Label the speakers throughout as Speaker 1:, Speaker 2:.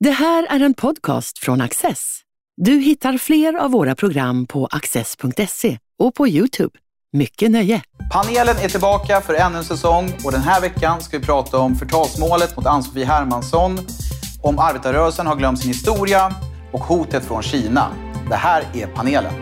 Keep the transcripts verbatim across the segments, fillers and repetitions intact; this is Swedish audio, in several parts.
Speaker 1: Det här är en podcast från Access. Du hittar fler av våra program på access punkt se och på YouTube. Mycket nöje!
Speaker 2: Panelen är tillbaka för ännu en säsong och den här veckan ska vi prata om förtalsmålet mot Ann-Sofie Hermansson, om arbetarrörelsen har glömt sin historia och hotet från Kina. Det här är panelen.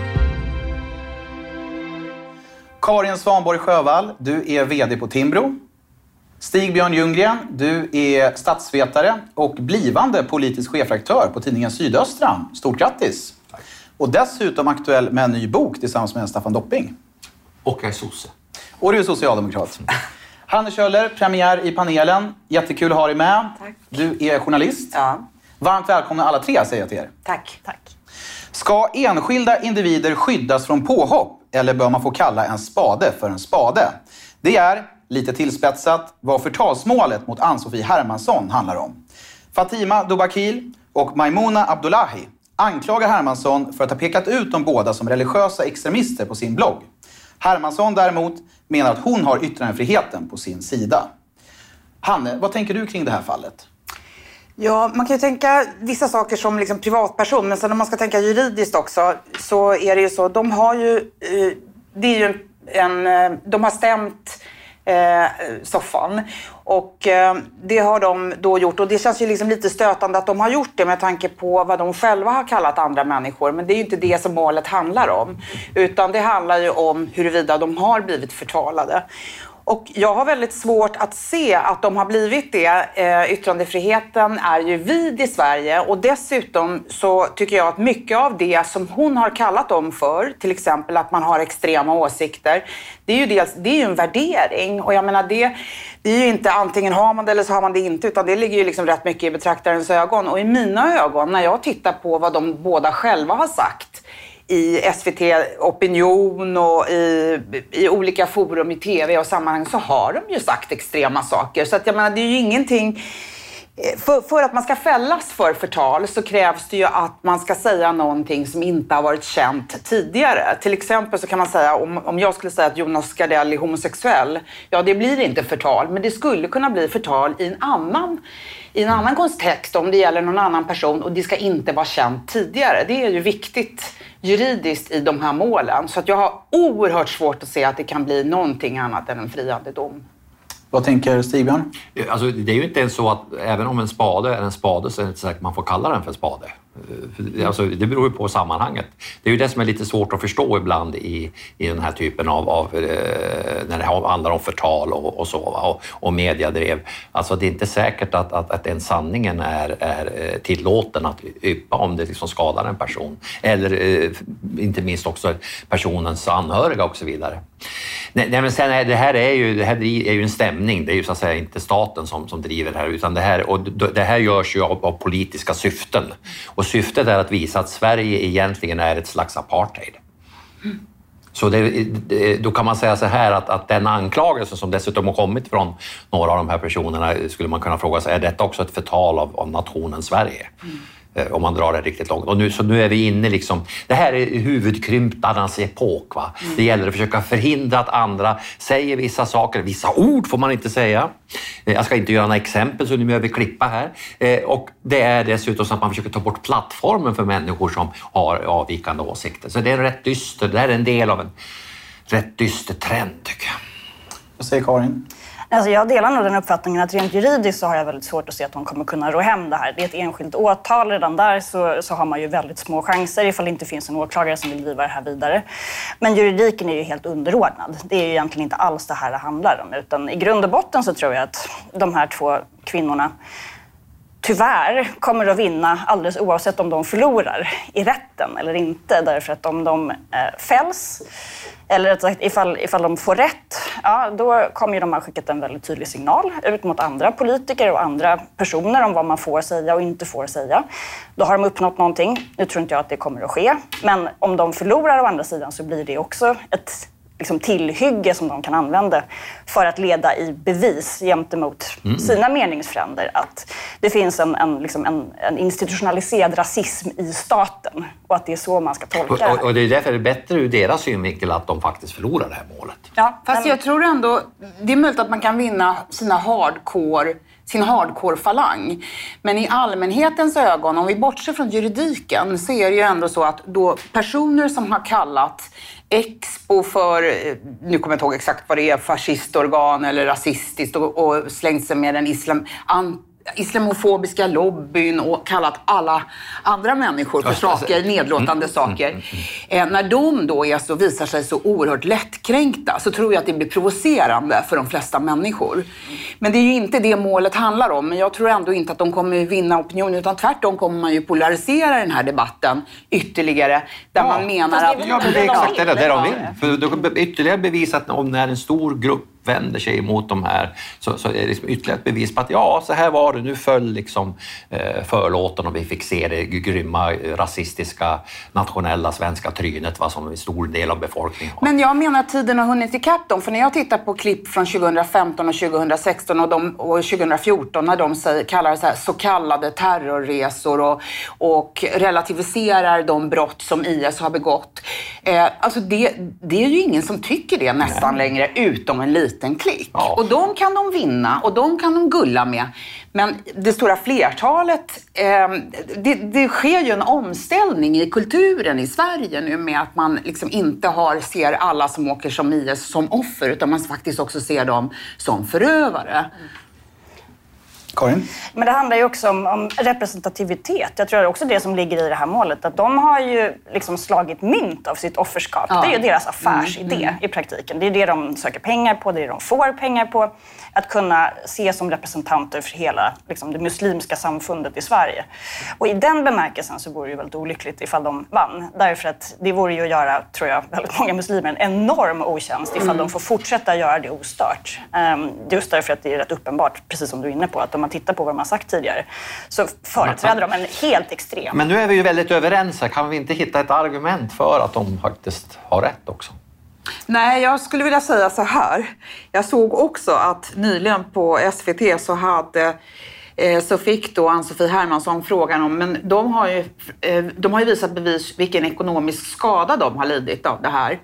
Speaker 2: Karin Svanborg Sjövall, du är vd på Timbro. Stig-Björn Ljunggren, du är statsvetare och blivande politisk chefredaktör på tidningen Sydöstran. Stort grattis! Tack. Och dessutom aktuell med en ny bok tillsammans med Staffan Dopping.
Speaker 3: Och jag är sosse.
Speaker 2: Och du är socialdemokrat. Hanne Kjöller, premiär i panelen. Jättekul att ha dig med.
Speaker 4: Tack.
Speaker 2: Du är journalist.
Speaker 4: Ja.
Speaker 2: Varmt välkomna alla tre, säger jag till er.
Speaker 4: Tack. Tack.
Speaker 2: Ska enskilda individer skyddas från påhopp eller bör man få kalla en spade för en spade? Det är, lite tillspetsat, vad förtalsmålet mot Ann-Sofie Hermansson handlar om. Fatima Dobakil och Maimouna Abdullahi anklagar Hermansson för att ha pekat ut de båda som religiösa extremister på sin blogg. Hermansson däremot menar att hon har yttrandefriheten på sin sida. Hanne, vad tänker du kring det här fallet?
Speaker 4: Ja, man kan ju tänka vissa saker som liksom privatperson, men sen om man ska tänka juridiskt också så är det ju så, de har ju, det är ju en, de har stämt eh, soffan och eh, det har de då gjort och det känns ju liksom lite stötande att de har gjort det med tanke på vad de själva har kallat andra människor, men det är ju inte det som målet handlar om, utan det handlar ju om huruvida de har blivit förtalade. Och jag har väldigt svårt att se att de har blivit det. Eh, yttrandefriheten är ju vid i Sverige och dessutom så tycker jag att mycket av det som hon har kallat dem för, till exempel att man har extrema åsikter, det är ju, dels, det är ju en värdering. Och jag menar det, det är ju inte antingen har man det eller så har man det inte, utan det ligger ju liksom rätt mycket i betraktarens ögon. Och i mina ögon, när jag tittar på vad de båda själva har sagt i S V T Opinion och i, i olika forum i tv och sammanhang, så har de ju sagt extrema saker. Så att jag menar, det är ju ingenting. För, för att man ska fällas för förtal så krävs det ju att man ska säga någonting som inte har varit känt tidigare. Till exempel så kan man säga, om, om jag skulle säga att Jonas Gardell är homosexuell, ja det blir inte förtal, men det skulle kunna bli förtal i en annan i en annan kontext om det gäller någon annan person och det ska inte vara känt tidigare. Det är ju viktigt juridiskt i de här målen. Så att jag har oerhört svårt att se att det kan bli någonting annat än en friande dom.
Speaker 2: Vad tänker Stig-Björn?
Speaker 3: Alltså, det är ju inte ens så att även om en spade är en spade så är det inte säkert att man får kalla den för spade. Alltså, det beror ju på sammanhanget. Det är ju det som är lite svårt att förstå ibland i, i den här typen av, av när det handlar om förtal och, och så och, och mediadrev. Alltså det är inte säkert att, att, att den sanningen är, är tillåten att yppa om det liksom skadar en person. Eller eh, inte minst också personens anhöriga och så vidare. Nej, nej men sen är det här är ju det här är ju en stämning. Det är ju så att säga inte staten som som driver det här, utan det här och det här görs ju av, av politiska syften. Och syftet är att visa att Sverige egentligen är ett slags apartheid. Mm. Så det, då kan man säga så här att, att den anklagelse som dessutom har kommit från några av de här personerna, skulle man kunna fråga sig, är detta också ett förtal av, av nationen Sverige? Mm. Om man drar det riktigt långt. Och nu, så nu är vi inne liksom, det här är huvudkrymptarnas epok, va? Mm. Det gäller att försöka förhindra att andra säger vissa saker, vissa ord får man inte säga. Jag ska inte göra några exempel så nu behöver vi klippa här. Och det är dessutom så att man försöker ta bort plattformen för människor som har avvikande åsikter. Så det är rätt dyster, det här är en del av en rätt dyster trend, tycker jag.
Speaker 2: Vad säger Karin?
Speaker 5: Alltså jag delar nog den uppfattningen att rent juridiskt så har jag väldigt svårt att se att de kommer kunna rå hem det här. Det är ett enskilt åtal, redan där så, så har man ju väldigt små chanser ifall det inte finns en åklagare som vill driva det här vidare. Men juridiken är ju helt underordnad. Det är ju egentligen inte alls det här det handlar om, utan i grund och botten så tror jag att de här två kvinnorna tyvärr kommer att vinna alldeles oavsett om de förlorar i rätten eller inte. Därför att om de eh, fälls, eller rätt sagt, ifall, ifall de får rätt, ja, då kommer ju de ha skickat en väldigt tydlig signal ut mot andra politiker och andra personer om vad man får säga och inte får säga. Då har de uppnått någonting. Nu tror inte jag att det kommer att ske. Men om de förlorar å andra sidan så blir det också ett liksom tillhygge som de kan använda för att leda i bevis gentemot mm. sina meningsfränder att det finns en, en, liksom en, en institutionaliserad rasism i staten och att det är så man ska tolka
Speaker 3: och, och, och det är därför det är bättre ur deras synvinkel att de faktiskt förlorar det här målet.
Speaker 4: Ja, fast men jag tror ändå, det är möjligt att man kan vinna sina hardcore sin hardcore-falang. Men i allmänhetens ögon, om vi bortser från juridiken, så är det ju ändå så att då personer som har kallat Expo för, nu kommer jag inte ihåg exakt vad det är, fascistorgan eller rasistiskt och, och slängt sig med den islam, an, islamofobiska lobbyn och kallat alla andra människor för saker, nedlåtande saker. Eh, när de då är så, visar sig så oerhört lättkränkta så tror jag att det blir provocerande för de flesta människor. Men det är ju inte det målet handlar om. Men jag tror ändå inte att de kommer vinna opinion, utan tvärtom kommer man ju polarisera den här debatten ytterligare. Där ja, man menar att...
Speaker 3: Ja, men det är exakt det, det de vill. För då ytterligare bevisat om när en stor grupp vänder sig emot de här, så, så är det liksom ytterligare ett bevis på att ja, så här var det, nu föll liksom eh, förlåten och vi fick se det grymma, rasistiska, nationella svenska trynet, va, som en stor del av befolkningen har.
Speaker 4: Men jag menar att tiden har hunnit ikapp dem, för när jag tittar på klipp från tjugohundrafemton och tjugohundrasexton och, de, och tjugohundrafjorton när de säger, kallar det så, här, så kallade terrorresor och, och relativiserar de brott som I S har begått. Eh, alltså det, det är ju ingen som tycker det nästan Nej. längre, utom en liten en klick. Ja. Och de kan de vinna och de kan de gulla med. Men det stora flertalet, eh, det, det sker ju en omställning i kulturen i Sverige nu med att man liksom inte har, ser alla som åker som I S som offer, utan man faktiskt också ser dem som förövare.
Speaker 2: Karin?
Speaker 5: Men det handlar ju också om, om representativitet. Jag tror det är också det som ligger i det här målet. Att de har ju liksom slagit mynt av sitt offerskap. Ja. Det är ju deras affärsidé mm, mm. i praktiken. Det är det de söker pengar på, det är det de får pengar på. Att kunna se som representanter för hela liksom, det muslimska samfundet i Sverige. Och i den bemärkelsen så vore det ju väldigt olyckligt ifall de vann. Därför att det vore ju att göra, tror jag, väldigt många muslimer en enorm otjänst ifall mm. de får fortsätta göra det ostört. Um, just därför att det är rätt uppenbart, precis som du är inne på, att om man tittar på vad de har sagt tidigare så företräder de en helt extrem.
Speaker 3: Men nu är vi ju väldigt överens här. Kan vi inte hitta ett argument för att de faktiskt har rätt också?
Speaker 4: Nej, jag skulle vilja säga så här. Jag såg också att nyligen på S V T så hade eh, så fick då Ann-Sofie Hermansson frågan om, men de har ju, eh, de har ju visat bevis vilken ekonomisk skada de har lidit av det här.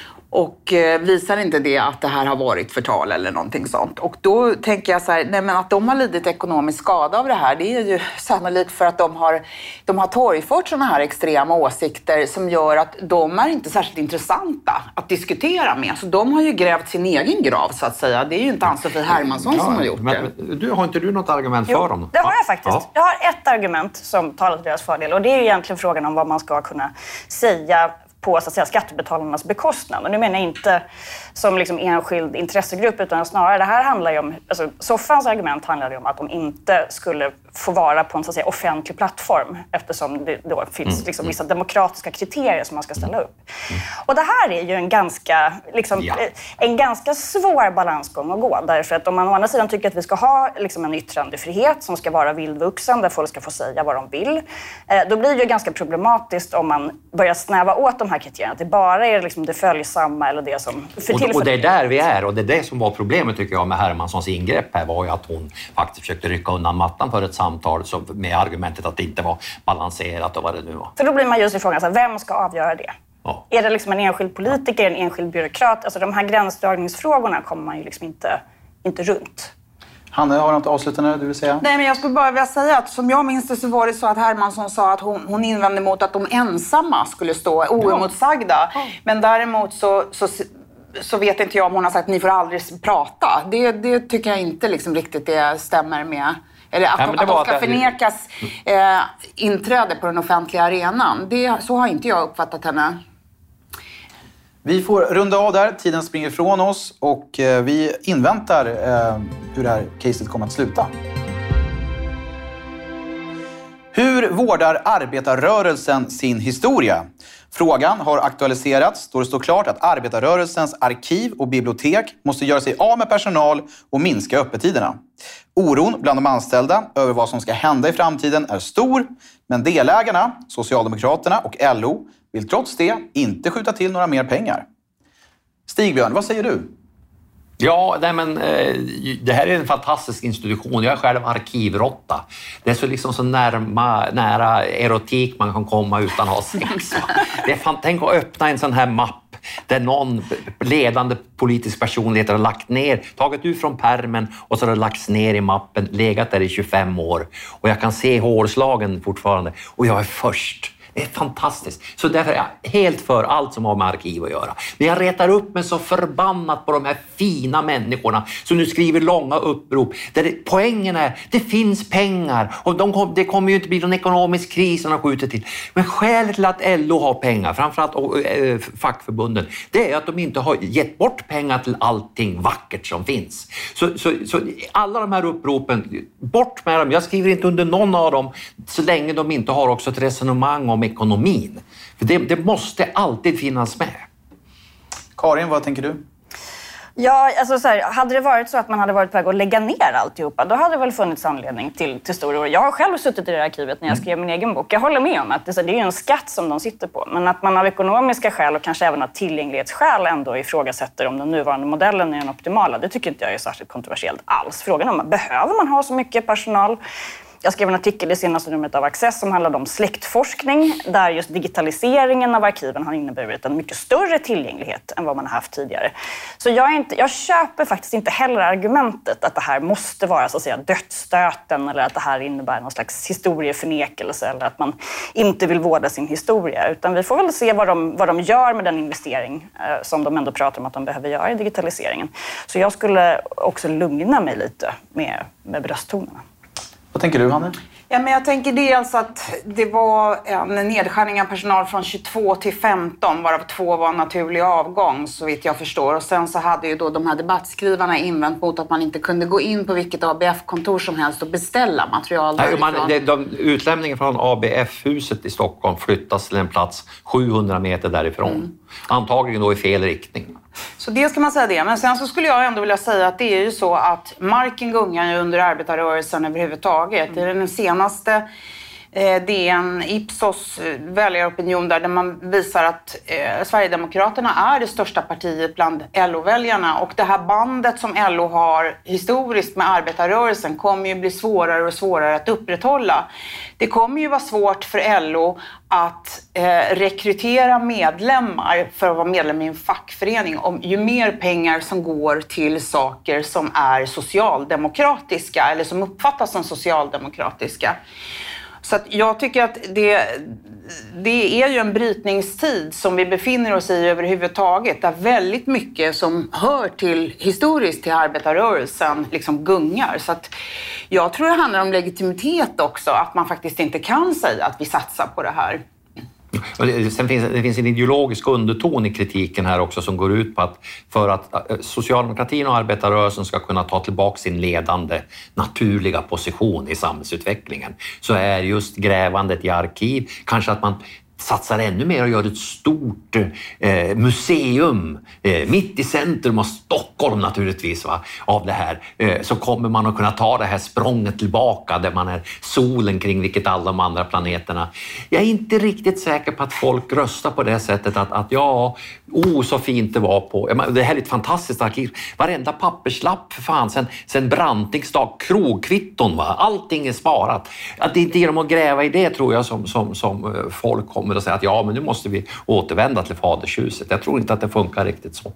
Speaker 4: Och eh, visar inte det att det här har varit förtal eller någonting sånt. Och då tänker jag så här, nej men att de har lidit ekonomisk skada av det här, det är ju sannolikt för att de har, de har torgfört sådana här extrema åsikter som gör att de är inte särskilt intressanta att diskutera med. Så de har ju grävt sin egen grav så att säga. Det är ju inte Ann-Sofie Hermansson ja, som har gjort
Speaker 3: men,
Speaker 4: det.
Speaker 3: Du, har inte du något argument
Speaker 5: jo,
Speaker 3: för dem?
Speaker 5: Det har jag faktiskt. Ja. Jag har ett argument som talar till deras fördel. Och det är ju egentligen frågan om vad man ska kunna säga på så att säga, skattebetalarnas bekostnad. Och nu menar jag inte som liksom enskild intressegrupp, utan snarare det här handlar ju om, alltså Soffans argument handlar ju om att de inte skulle få vara på en så att säga, offentlig plattform eftersom det då finns mm. liksom, vissa demokratiska kriterier som man ska ställa upp. Mm. Och det här är ju en ganska, liksom, ja. en ganska svår balansgång att gå. Därför att om man å andra sidan tycker att vi ska ha liksom, en yttrandefrihet som ska vara vildvuxen, där folk ska få säga vad de vill, eh, då blir det ju ganska problematiskt om man börjar snäva åt de här kriterierna. Att det bara är liksom, det följsamma eller det som... För
Speaker 3: och, och det är där vi är, och det är det som var problemet tycker jag med Hermanssons ingrepp här, var ju att hon faktiskt försökte rycka undan mattan för ett samtal med argumentet att det inte var balanserat och vad det nu var.
Speaker 5: För då blir man just i frågan, så här, vem ska avgöra det? Ja. Är det liksom en enskild politiker, en enskild byråkrat? Alltså de här gränsdragningsfrågorna kommer man ju liksom inte, inte runt.
Speaker 2: Hanne, har du något avslutande du vill säga?
Speaker 4: Nej, men jag skulle bara vilja säga att som jag minns det så var det så att Hermansson sa att hon, hon invände mot att de ensamma skulle stå oemotsagda. Ja. Men däremot så, så, så vet inte jag om hon har sagt att ni får aldrig prata. Det, det tycker jag inte liksom riktigt det stämmer med. Eller att, ja, de, att de ska förnekas eh, inträde på den offentliga arenan. Det, så har inte jag uppfattat henne.
Speaker 2: Vi får runda av där. Tiden springer ifrån oss och eh, vi inväntar eh, hur det här caset kommer att sluta. Hur vårdar arbetarrörelsen sin historia? Frågan har aktualiserats då det står klart att arbetarrörelsens arkiv och bibliotek måste göra sig av med personal och minska öppettiderna. Oron bland de anställda över vad som ska hända i framtiden är stor, men delägarna, Socialdemokraterna och L O, vill trots det inte skjuta till några mer pengar. Stigbjörn, vad säger du?
Speaker 3: Ja, nej men, eh, det här är en fantastisk institution. Jag är själv arkivrotta. Det är så, liksom så närma, nära erotik man kan komma utan att ha sex. Va? Det är fan, tänk att öppna en sån här mapp där någon ledande politisk personlighet har lagt ner, tagit ut från pärmen och så har det lagts ner i mappen, legat där i tjugofem år. Och jag kan se hårslagen fortfarande och jag är först. Det är fantastiskt. Så därför är jag helt för allt som har med arkiv att göra. Men jag retar upp mig så förbannat på de här fina människorna som nu skriver långa upprop. Där det, poängen är, det finns pengar och de kom, det kommer ju inte bli någon ekonomisk kris som de skjuter till. Men skälet till att L O har pengar, framförallt och, äh, fackförbunden, det är att de inte har gett bort pengar till allting vackert som finns. Så, så, så alla de här uppropen, bort med dem. Jag skriver inte under någon av dem så länge de inte har också ett resonemang om ekonomin. För det, det måste alltid finnas med.
Speaker 2: Karin, vad tänker du?
Speaker 5: Ja, alltså så här, hade det varit så att man hade varit på väg att lägga ner alltihopa, då hade det väl funnits anledning till, till stor oro. Jag har själv suttit i det arkivet när jag skrev min egen bok. Jag håller med om att det, så, det är ju en skatt som de sitter på. Men att man av ekonomiska skäl och kanske även av tillgänglighetsskäl ändå ifrågasätter om den nuvarande modellen är den optimala, det tycker inte jag är särskilt kontroversiellt alls. Frågan om, behöver man ha så mycket personal? Jag skrev en artikel i senaste numret av Access som handlade om släktforskning, där just digitaliseringen av arkiven har inneburit en mycket större tillgänglighet än vad man har haft tidigare. Så jag, är inte, jag köper faktiskt inte heller argumentet att det här måste vara så att säga dödsstöten eller att det här innebär någon slags historieförnekelse eller att man inte vill vårda sin historia. Utan vi får väl se vad de, vad de gör med den investering eh, som de ändå pratar om att de behöver göra i digitaliseringen. Så jag skulle också lugna mig lite med, med brösttonerna.
Speaker 2: Vad tänker du, Hanne?
Speaker 4: Ja, men jag tänker dels att det var en nedskärning av personal från tjugotvå till femton, varav två var naturlig avgång, så vitt jag förstår. Och sen så hade ju då de här debattskrivarna invänt mot att man inte kunde gå in på vilket A B F-kontor som helst och beställa material därifrån.
Speaker 3: Nej, man, de, de, utlämningen från A B F-huset i Stockholm flyttas till en plats sjuhundra meter därifrån. Mm. Antagligen då i fel riktning. Så
Speaker 4: det ska man säga det. Men sen så skulle jag ändå vilja säga att det är ju så att marken gungar ju under arbetarrörelsen överhuvudtaget. Mm. I den senaste eh, D N Ipsos väljaropinion där, där man visar att eh, Sverigedemokraterna är det största partiet bland L O-väljarna. Och det här bandet som L O har historiskt med arbetarrörelsen kommer ju bli svårare och svårare att upprätthålla. Det kommer ju vara svårt för L O att eh, rekrytera medlemmar för att vara medlem i en fackförening om ju mer pengar som går till saker som är socialdemokratiska eller som uppfattas som socialdemokratiska. Så att jag tycker att det, det är ju en brytningstid som vi befinner oss i överhuvudtaget, där väldigt mycket som hör till historiskt till arbetarrörelsen liksom gungar. Så att jag tror det handlar om legitimitet också, att man faktiskt inte kan säga att vi satsar på det här.
Speaker 3: Sen finns det finns en ideologisk underton i kritiken här också som går ut på att för att socialdemokratin och arbetarrörelsen ska kunna ta tillbaka sin ledande naturliga position i samhällsutvecklingen så är just grävandet i arkiv, kanske att man satsar ännu mer och gör ett stort eh, museum eh, mitt i centrum av Stockholm naturligtvis, va, av det här. Eh, så kommer man att kunna ta det här språnget tillbaka där man är solen kring vilket alla de andra planeterna. Jag är inte riktigt säker på att folk röstar på det sättet att, att ja, oh så fint det var på. Det här är ett fantastiskt arkiv. Varenda papperslapp för fan, sen, sen Brantings dag, krogkvitton, va, allting är sparat. Att det inte är genom att gräva i det tror jag som, som, som folk kommer och säga att ja, men nu måste vi återvända till fadershuset. Jag tror inte att det funkar riktigt så.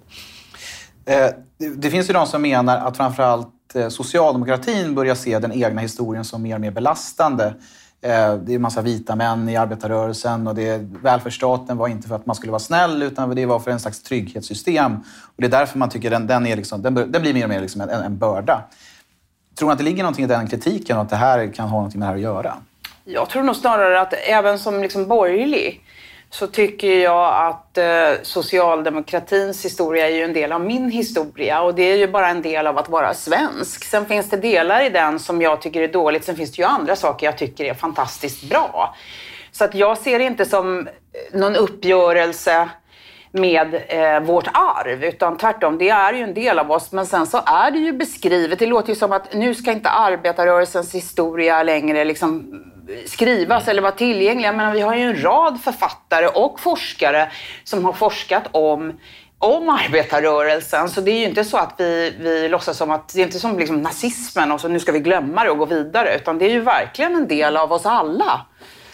Speaker 2: Eh, det, det finns ju de som menar att framförallt eh, socialdemokratin börjar se den egna historien som mer och mer belastande. Eh, det är en massa vita män i arbetarrörelsen och det, välfärdsstaten var inte för att man skulle vara snäll utan det var för en slags trygghetssystem. Och det är därför man tycker den, den, är liksom, den, den blir mer och mer liksom en, en börda. Tror ni att det ligger någonting i den kritiken och att det här kan ha någonting med det här att göra?
Speaker 4: Jag tror nog snarare att även som liksom borgerlig så tycker jag att eh, socialdemokratins historia är ju en del av min historia och det är ju bara en del av att vara svensk. Sen finns det delar i den som jag tycker är dåligt, sen finns det ju andra saker jag tycker är fantastiskt bra. Så att jag ser det inte som någon uppgörelse med eh, vårt arv, utan tvärtom, det är ju en del av oss, men sen så är det ju beskrivet, det låter ju som att nu ska inte arbetarrörelsens historia längre liksom skrivas eller vara tillgängliga, men vi har ju en rad författare och forskare som har forskat om om arbetarrörelsen, så det är ju inte så att vi, vi låtsas som att det är inte som liksom nazismen och så nu ska vi glömma det och gå vidare, utan det är ju verkligen en del av oss alla.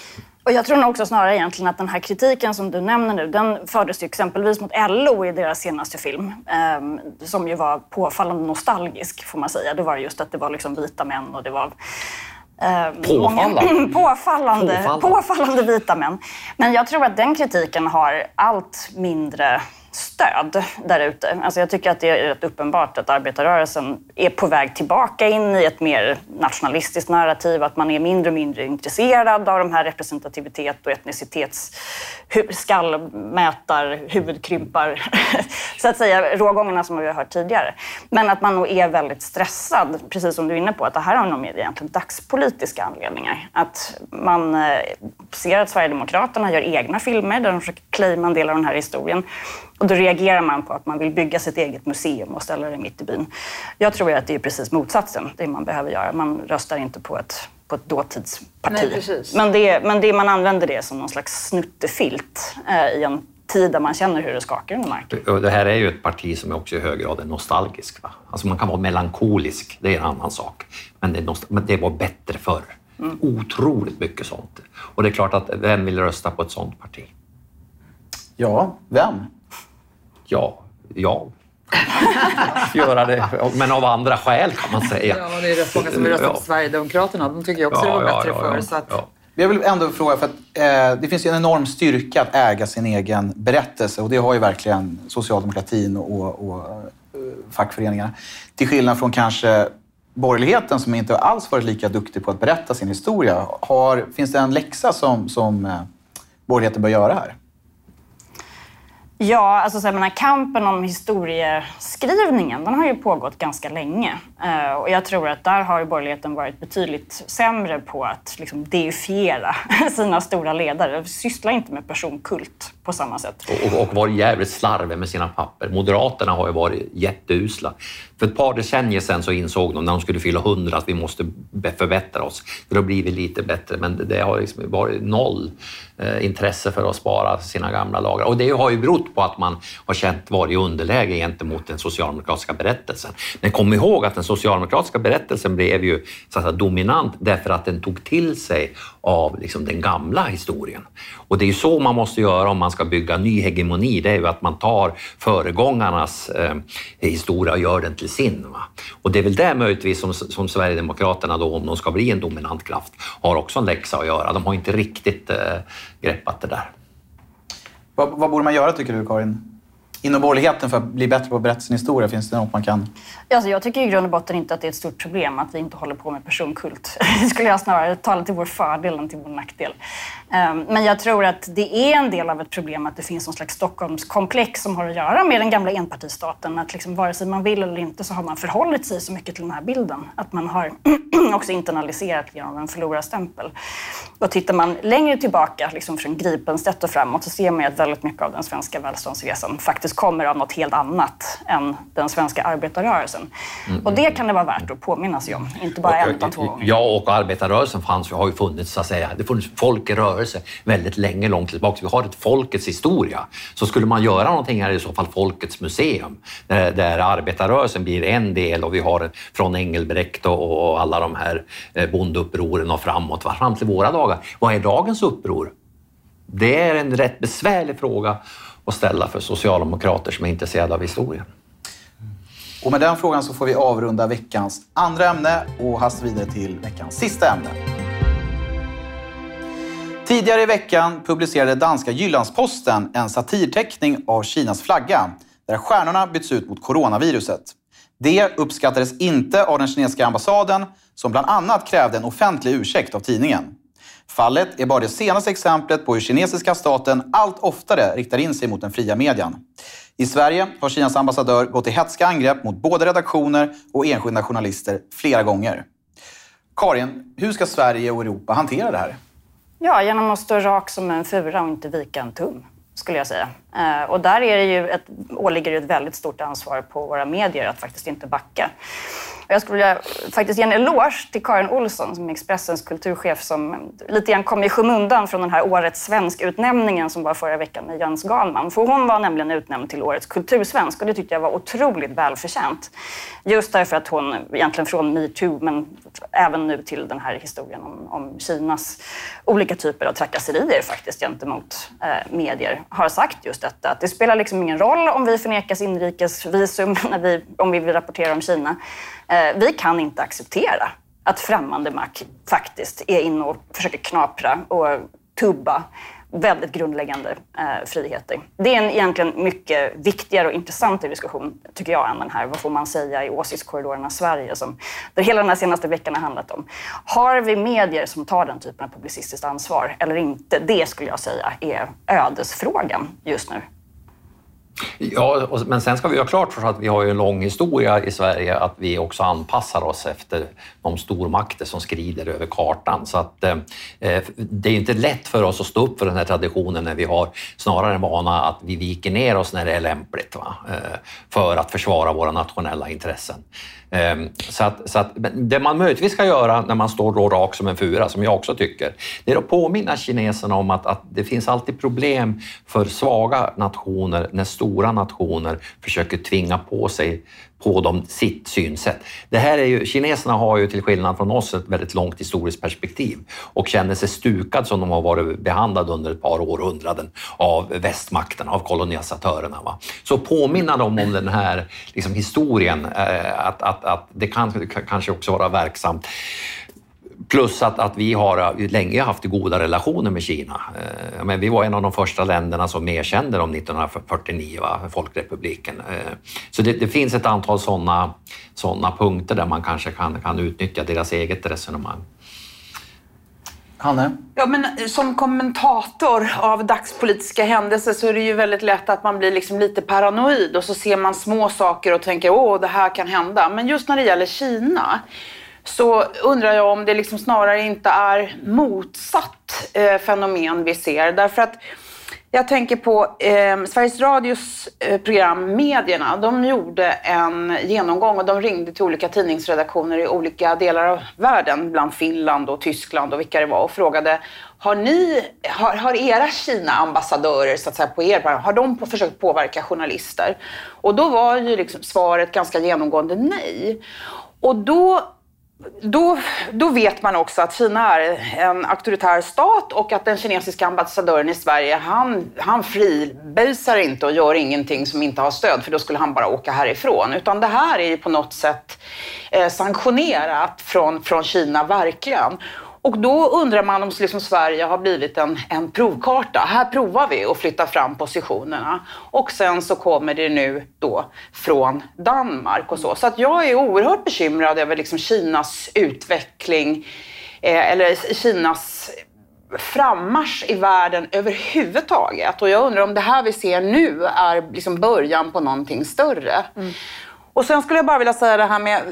Speaker 5: Och jag tror nog också snarare egentligen att den här kritiken som du nämner nu, den fördes ju exempelvis mot L O i deras senaste film, eh, som ju var påfallande nostalgisk, får man säga. Det var just att det var liksom vita män och det var eh,
Speaker 3: påfallande.
Speaker 5: Många, påfallande,
Speaker 3: påfallande.
Speaker 5: påfallande vita män. Men jag tror att den kritiken har allt mindre stöd där ute. Alltså jag tycker att det är rätt uppenbart att arbetarrörelsen är på väg tillbaka in i ett mer nationalistiskt narrativ, att man är mindre och mindre intresserad av de här representativitet och etnicitets skallmätar, huvudkrympar, så att säga, rågångarna som vi har hört tidigare. Men att man nog är väldigt stressad, precis som du är inne på, att det här har nog med egentligen dagspolitiska anledningar. Att man ser att Sverigedemokraterna gör egna filmer där de försöker claima en del av den här historien. Och då reagerar man på att man vill bygga sitt eget museum och ställa det mitt i byn. Jag tror att det är precis motsatsen, det man behöver göra. Man röstar inte på ett, på ett dåtidsparti.
Speaker 6: Nej, precis.
Speaker 5: Men, det, men det, man använder det som någon slags snuttefilt eh, i en tid där man känner hur det skakar under marken.
Speaker 3: Det här är ju ett parti som är också i hög grad är nostalgisk. Va? Alltså man kan vara melankolisk, det är en annan sak. Men det, nost- men det var bättre förr. Mm. Otroligt mycket sånt. Och det är klart att vem vill rösta på ett sånt parti?
Speaker 2: Ja, vem?
Speaker 3: Ja, ja. Göra det, men av andra skäl kan man säga.
Speaker 6: Ja, det är rätt många som vill rösta på
Speaker 3: Ja.
Speaker 6: Sverigedemokraterna. De tycker jag också
Speaker 3: Ja,
Speaker 6: det var
Speaker 3: ja,
Speaker 6: bättre
Speaker 3: ja,
Speaker 6: för.
Speaker 3: ja,
Speaker 6: Så att...
Speaker 3: ja.
Speaker 2: Jag vill ändå fråga, för att eh, det finns ju en enorm styrka att äga sin egen berättelse, och det har ju verkligen socialdemokratin och, och, och uh, fackföreningarna. Till skillnad från kanske borgerligheten som inte alls varit lika duktig på att berätta sin historia. Har, finns det en läxa som, som eh, borgerligheten bör göra här?
Speaker 5: Ja, alltså så här, den här kampen om historieskrivningen, den har ju pågått ganska länge. Uh, och jag tror att där har borgerligheten varit betydligt sämre på att liksom, deifiera sina stora ledare. De sysslar inte med personkult på samma sätt.
Speaker 3: Och, och varit jävligt slarviga med sina papper. Moderaterna har ju varit jätteusla. För ett par decennier sedan så insåg de när de skulle fylla hundra att vi måste förbättra oss. För då blir vi lite bättre. Men det har liksom varit noll eh, intresse för att spara sina gamla lagar. Och det har ju berott på att man har känt varit i underläge gentemot den socialdemokratiska berättelsen. Men kom ihåg att den socialdemokratiska berättelsen blev ju så att säga, dominant därför att den tog till sig av liksom, den gamla historien. Och det är ju så man måste göra om man ska bygga ny hegemoni. Det är ju att man tar föregångarnas eh, historia och gör den till sin. Va? Och det är väl där möjligtvis som, som Sverigedemokraterna då, om de ska bli en dominant kraft, har också en läxa att göra. De har inte riktigt eh, greppat det där.
Speaker 2: Vad, vad borde man göra, tycker du, Karin? Inom borgerligheten för att bli bättre på att berätta sin historia, finns det något man kan...
Speaker 5: Alltså jag tycker i grund och botten inte att det är ett stort problem att vi inte håller på med personkult. Det skulle jag snarare tala till vår fördel än till vår nackdel. Men jag tror att det är en del av ett problem att det finns någon slags Stockholmskomplex som har att göra med den gamla enpartistaten. Att liksom, vare sig man vill eller inte så har man förhållit sig så mycket till den här bilden. Att man har också internaliserat genom en förlorarstämpel. Och tittar man längre tillbaka, liksom från Gripenstedt och framåt, så ser man att väldigt mycket av den svenska välståndsresan faktiskt kommer av något helt annat än den svenska arbetarrörelsen. Mm. Och det kan det vara värt att påminna sig om, inte bara en utan två gånger.
Speaker 3: Ja, och arbetarrörelsen fanns, har ju funnits, så att säga, det funnits folk i rörelse väldigt länge, långt tillbaka. Vi har ett folkets historia. Så skulle man göra någonting här i så fall folkets museum, där, där arbetarrörelsen blir en del och vi har från Engelbrekt och, och alla de här bondupproren och framåt, fram till våra dagar. Vad är dagens uppror? Det är en rätt besvärlig fråga att ställa för socialdemokrater som är intresserade av historien.
Speaker 2: Och med den frågan så får vi avrunda veckans andra ämne och hasta vidare till veckans sista ämne. Tidigare i veckan publicerade danska Jyllandsposten en satirteckning av Kinas flagga där stjärnorna byts ut mot coronaviruset. Det uppskattades inte av den kinesiska ambassaden som bland annat krävde en offentlig ursäkt av tidningen. Fallet är bara det senaste exemplet på hur kinesiska staten allt oftare riktar in sig mot den fria median. I Sverige har Kinas ambassadör gått i hätska angrepp mot både redaktioner och enskilda journalister flera gånger. Karin, hur ska Sverige och Europa hantera det här?
Speaker 5: Ja, genom att stå rak som en fura och inte vika en tum, skulle jag säga. Och där är det ju ett, åligger det ett väldigt stort ansvar på våra medier att faktiskt inte backa. Och jag skulle vilja faktiskt ge en eloge till Karin Olsson som är Expressens kulturchef som lite grann kom i skymundan från den här årets svensk-utnämningen som var förra veckan med Jens Galman. För hon var nämligen utnämnd till årets kultursvensk och det tyckte jag var otroligt välförtjänt. Just därför att hon egentligen från MeToo men även nu till den här historien om, om Kinas olika typer av trakasserier faktiskt gentemot eh, medier har sagt just detta. Att det spelar liksom ingen roll om vi förnekas inrikesvisum när vi, om vi vill rapportera om Kina. Eh, vi kan inte acceptera att främmande makt faktiskt är inne och försöker knapra och tubba väldigt grundläggande eh, friheter. Det är en egentligen mycket viktigare och intressantare diskussion, tycker jag, än den här, vad får man säga i åsiktskorridorerna Sverige, som där hela den här senaste veckan har handlat om. Har vi medier som tar den typen av publicistiskt ansvar eller inte? Det skulle jag säga är ödesfrågan just nu.
Speaker 3: Ja, men sen ska vi ha klart för oss att vi har ju en lång historia i Sverige att vi också anpassar oss efter de stormakter som skrider över kartan. Så att eh, det är inte lätt för oss att stå upp för den här traditionen när vi har snarare en vana att vi viker ner oss när det är lämpligt, va? Eh, för att försvara våra nationella intressen. Eh, så att, så att det man möjligtvis ska göra när man står då rak som en fura, som jag också tycker, det är att påminna kineserna om att, att det finns alltid problem för svaga nationer när stora nationer försöker tvinga på sig på dem sitt synsätt. Det här är ju, kineserna har ju till skillnad från oss ett väldigt långt historiskt perspektiv och känner sig stukad som de har varit behandlade under ett par århundraden av västmakterna, av kolonisatörerna. Va? Så påminna dem om den här liksom, historien, eh, att, att, att det kan kanske också vara verksamt. Plus att, att vi har länge haft goda relationer med Kina. Eh, men vi var en av de första länderna som erkände dem nittonhundrafyrtionio, va? Folkrepubliken. Eh, så det, det finns ett antal sådana såna punkter där man kanske kan, kan utnyttja deras eget resonemang.
Speaker 2: Hanne?
Speaker 4: Ja, men som kommentator av dagspolitiska händelser så är det ju väldigt lätt att man blir liksom lite paranoid och så ser man små saker och tänker åh, det här kan hända. Men just när det gäller Kina så undrar jag om det liksom snarare inte är motsatt eh, fenomen vi ser. Därför att jag tänker på eh, Sveriges Radios eh, program Medierna. De gjorde en genomgång och de ringde till olika tidningsredaktioner i olika delar av världen, bland Finland och Tyskland och vilka det var, och frågade: Har ni, har, har era Kina-ambassadörer så att säga på er, har de på, försökt påverka journalister? Och då var ju liksom svaret ganska genomgående nej. Och då Då, då vet man också att Kina är en auktoritär stat och att den kinesiska ambassadören i Sverige, han, han friböjsar inte och gör ingenting som inte har stöd, för då skulle han bara åka härifrån. Utan det här är ju på något sätt eh, sanktionerat från, från Kina, verkligen. Och då undrar man om liksom Sverige har blivit en, en provkarta. Här provar vi att flytta fram positionerna. Och sen så kommer det nu då från Danmark och så. Så att jag är oerhört bekymrad över liksom Kinas utveckling. Eh, eller Kinas frammarsch i världen överhuvudtaget. Och jag undrar om det här vi ser nu är liksom början på någonting större. Mm. Och sen skulle jag bara vilja säga det här med,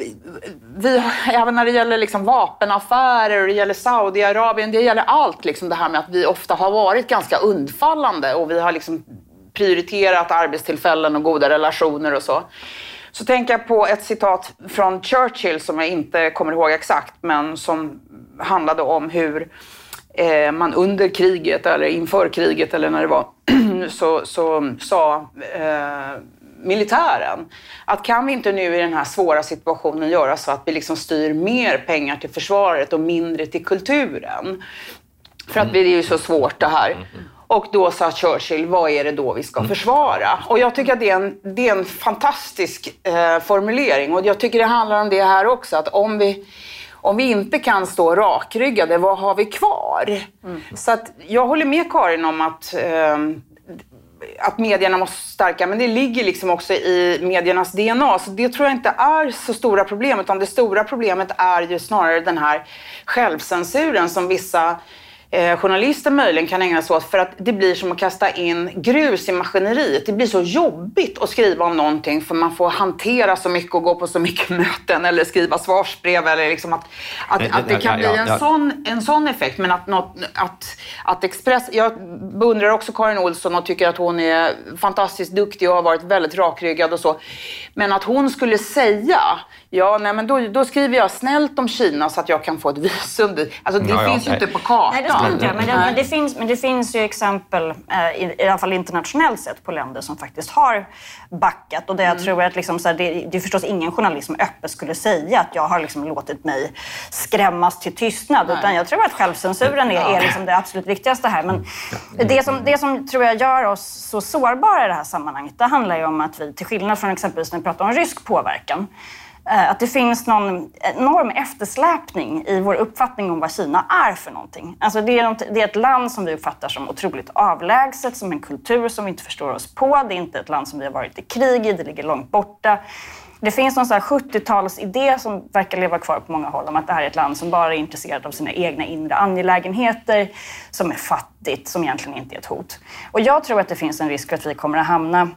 Speaker 4: vi, även när det gäller liksom vapenaffärer och det gäller Saudiarabien, det gäller allt liksom det här med att vi ofta har varit ganska undfallande och vi har liksom prioriterat arbetstillfällen och goda relationer och så. Så tänker jag på ett citat från Churchill som jag inte kommer ihåg exakt, men som handlade om hur eh, man under kriget eller inför kriget eller när det var så, så sa eh, militären att kan vi inte nu i den här svåra situationen göra så att vi liksom styr mer pengar till försvaret och mindre till kulturen, för att det är ju så svårt det här. Och då sa Churchill, vad är det då vi ska försvara? Och jag tycker att det är en, det är en fantastisk eh, formulering, och jag tycker det handlar om det här också, att om vi Om vi inte kan stå rakryggade, vad har vi kvar? Mm. Så att jag håller med Karin om att eh, att medierna måste stärka, men det ligger liksom också i mediernas D N A, så det tror jag inte är så stora problem, utan det stora problemet är ju snarare den här självcensuren som vissa eh, journalister möjligen kan ägna sig åt, för att det blir som att kasta in grus i maskineriet. Det blir så jobbigt att skriva om någonting för man får hantera så mycket och gå på så mycket möten eller skriva svarsbrev eller liksom att, att,
Speaker 3: Nej,
Speaker 4: att det kan
Speaker 3: ja, ja,
Speaker 4: bli en,
Speaker 3: ja.
Speaker 4: Sån, en sån effekt. Men att, något, att, att Express, jag beundrar också Karin Olsson och tycker att hon är fantastiskt duktig och har varit väldigt rakryggad och så. Men att hon skulle säga, ja nej men då, då skriver jag snällt om Kina så att jag kan få ett visum. Alltså det
Speaker 3: Ja, ja,
Speaker 4: finns ju
Speaker 3: nej.
Speaker 4: inte på kartan.
Speaker 5: Nej, det skulle inte jag. Men det, men, det finns, men det finns ju exempel, eh, i, i alla fall internationellt sett, på länder som faktiskt har backat. Och det jag
Speaker 4: Mm.
Speaker 5: tror att liksom, så här, det, det är förstås ingen journalist som öppet skulle säga att jag har liksom låtit mig skrämmas till tystnad.
Speaker 4: Nej.
Speaker 5: Utan jag tror att självcensuren är, är liksom det absolut viktigaste här. Men det som, det som tror jag gör oss så sårbara i det här sammanhanget, det handlar ju om att vi, till skillnad från exempelvis när vi pratar om rysk påverkan, att det finns någon enorm eftersläpning i vår uppfattning om vad Kina är för någonting. Alltså det, är något, det är ett land som vi uppfattar som otroligt avlägset, som en kultur som vi inte förstår oss på. Det är inte ett land som vi har varit i krig i, det ligger långt borta. Det finns någon sån här sjuttiotalsidé som verkar leva kvar på många håll om att det här är ett land som bara är intresserat av sina egna inre angelägenheter, som är fattigt, som egentligen inte är ett hot. Och jag tror att det finns en risk att vi kommer att hamna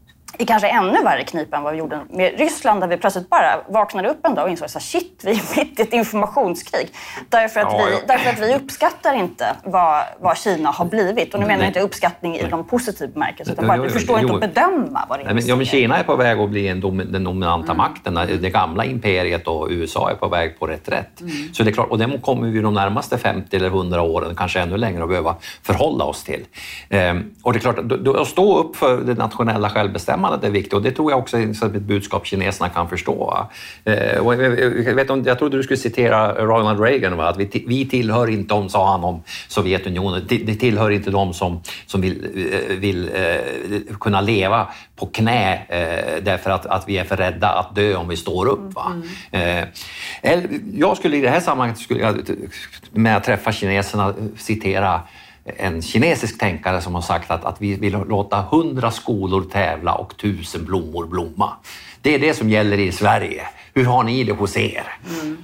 Speaker 5: i kanske ännu värre knip än vad vi gjorde med Ryssland, där vi plötsligt bara vaknade upp en dag och insåg att shit, vi är mitt i ett informationskrig. Därför att,
Speaker 3: Ja,
Speaker 5: vi,
Speaker 3: ja.
Speaker 5: därför att vi uppskattar inte vad, vad Kina har blivit. Och nu menar
Speaker 3: Nej.
Speaker 5: jag inte uppskattning i de positiv bemärkelsen, utan
Speaker 3: Jo,
Speaker 5: bara
Speaker 3: jo,
Speaker 5: vi
Speaker 3: jo,
Speaker 5: förstår
Speaker 3: jo.
Speaker 5: inte att bedöma vad det är.
Speaker 3: Nej, men, ja, men Kina är på väg att bli en dom, den dominanta
Speaker 5: Mm.
Speaker 3: makten. Det gamla imperiet och U S A är på väg på rätt rätt.
Speaker 5: Mm.
Speaker 3: Så det är klart, och det kommer vi de närmaste femtio eller hundra åren, kanske ännu längre, att behöva förhålla oss till. Ehm, och det är klart, då, då, att stå upp för det nationella självbestämmandet är viktigt, och det tror jag också är ett budskap kineserna kan förstå. Ehm, och jag, jag, vet, jag trodde du skulle citera Ronald Reagan, va? Att vi, vi tillhör inte, om, sa han om Sovjetunionen, det tillhör inte de som, som vill, vill eh, kunna leva på knä eh, därför att, att vi är för rädda att dö om vi står upp. Va? Mm. Eh, jag skulle i det här sammanhanget, skulle jag, med att träffa kineserna, citera en kinesisk tänkare som har sagt att, att vi vill låta hundra skolor tävla och tusen blommor blomma. Det är det som gäller i Sverige. Hur har ni det hos er?
Speaker 2: Mm.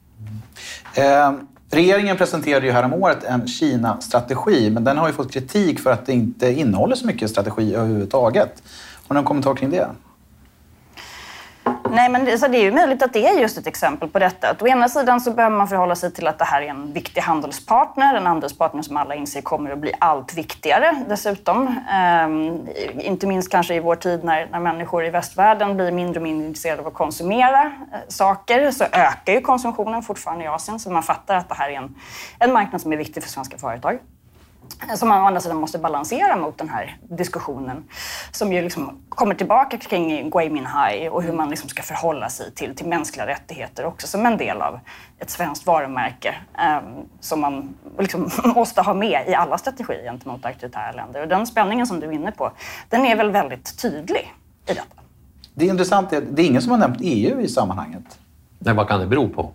Speaker 2: Eh, regeringen presenterade ju häromåret en Kina-strategi, men den har ju fått kritik för att det inte innehåller så mycket strategi överhuvudtaget. Har ni någon kommentar kring det?
Speaker 5: Nej, men det, så det är ju möjligt att det är just ett exempel på detta. Att å ena sidan så behöver man förhålla sig till att det här är en viktig handelspartner. En handelspartner som alla inser kommer att bli allt viktigare dessutom. Ehm, inte minst kanske i vår tid när, när människor i västvärlden blir mindre och mindre intresserade av att konsumera eh, saker, så ökar ju konsumtionen fortfarande i Asien. Så man fattar att det här är en, en marknad som är viktig för svenska företag. Som man å andra sidan måste balansera mot den här diskussionen som ju liksom kommer tillbaka kring Gui Minhai och hur man liksom ska förhålla sig till, till mänskliga rättigheter också som en del av ett svenskt varumärke eh, som man liksom måste ha med i alla strategier gentemot auktoritära länder. Och den spänningen som du är inne på, den är väl väldigt tydlig i detta.
Speaker 2: Det är intressant, det är ingen som har nämnt E U i sammanhanget.
Speaker 3: Nej, vad kan det bero på?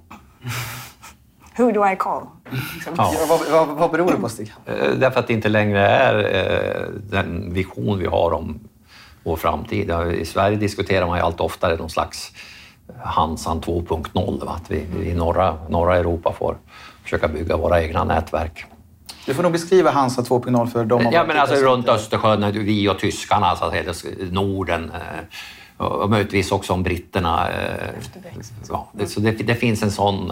Speaker 5: Who do I call?
Speaker 2: Ja. Vad, vad, vad beror det på, Stig?
Speaker 3: Därför att det inte längre är eh, den vision vi har om vår framtid. I Sverige diskuterar man ju allt oftare någon slags Hansan två punkt noll. Va? Att vi, vi i norra, norra Europa får försöka bygga våra egna nätverk.
Speaker 2: Du får nog beskriva Hansa två punkt noll för dem.
Speaker 3: Ja, men alltså runt Östersjön, vi och tyskarna, alltså Norden. Och möjligtvis också om britterna. Ja, det, så det, det finns en sån...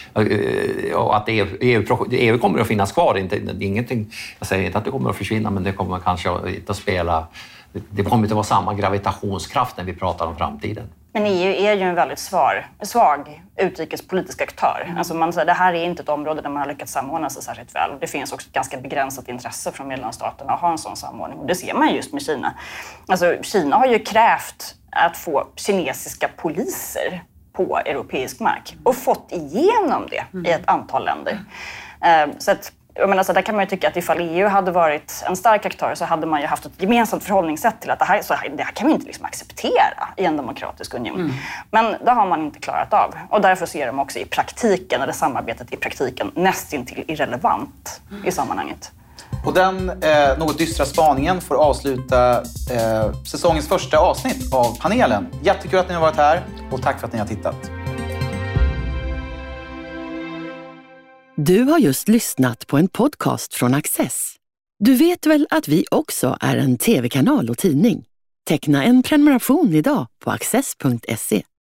Speaker 3: Och att E U, E U kommer att finnas kvar. Det är ingenting, jag säger inte att det kommer att försvinna, men det kommer kanske inte att spela... Det kommer inte att vara samma gravitationskraft när vi pratar om framtiden.
Speaker 5: Men E U är ju en väldigt svag, svag utrikespolitisk aktör. Mm. Alltså man säger, det här är inte ett område där man har lyckats samordna sig särskilt väl. Det finns också ett ganska begränsat intresse från medlemsstaterna att ha en sån samordning. Och det ser man just med Kina. Alltså, Kina har ju krävt att få kinesiska poliser på europeisk mark och fått igenom det mm. i ett antal länder. Mm. Så att, jag menar, så där kan man ju tycka att ifall E U hade varit en stark aktör så hade man ju haft ett gemensamt förhållningssätt till att det här, så här, det här kan vi inte liksom acceptera i en demokratisk union. Mm. Men det har man inte klarat av. Och därför ser de också i praktiken, eller samarbetet i praktiken, nästintill irrelevant mm. i sammanhanget.
Speaker 2: Och den eh, något dystra spaningen får avsluta eh, säsongens första avsnitt av panelen. Jättekul att ni har varit här och tack för att ni har tittat.
Speaker 1: Du har just lyssnat på en podcast från Access. Du vet väl att vi också är en tv-kanal och tidning? Teckna en prenumeration idag på access punkt se.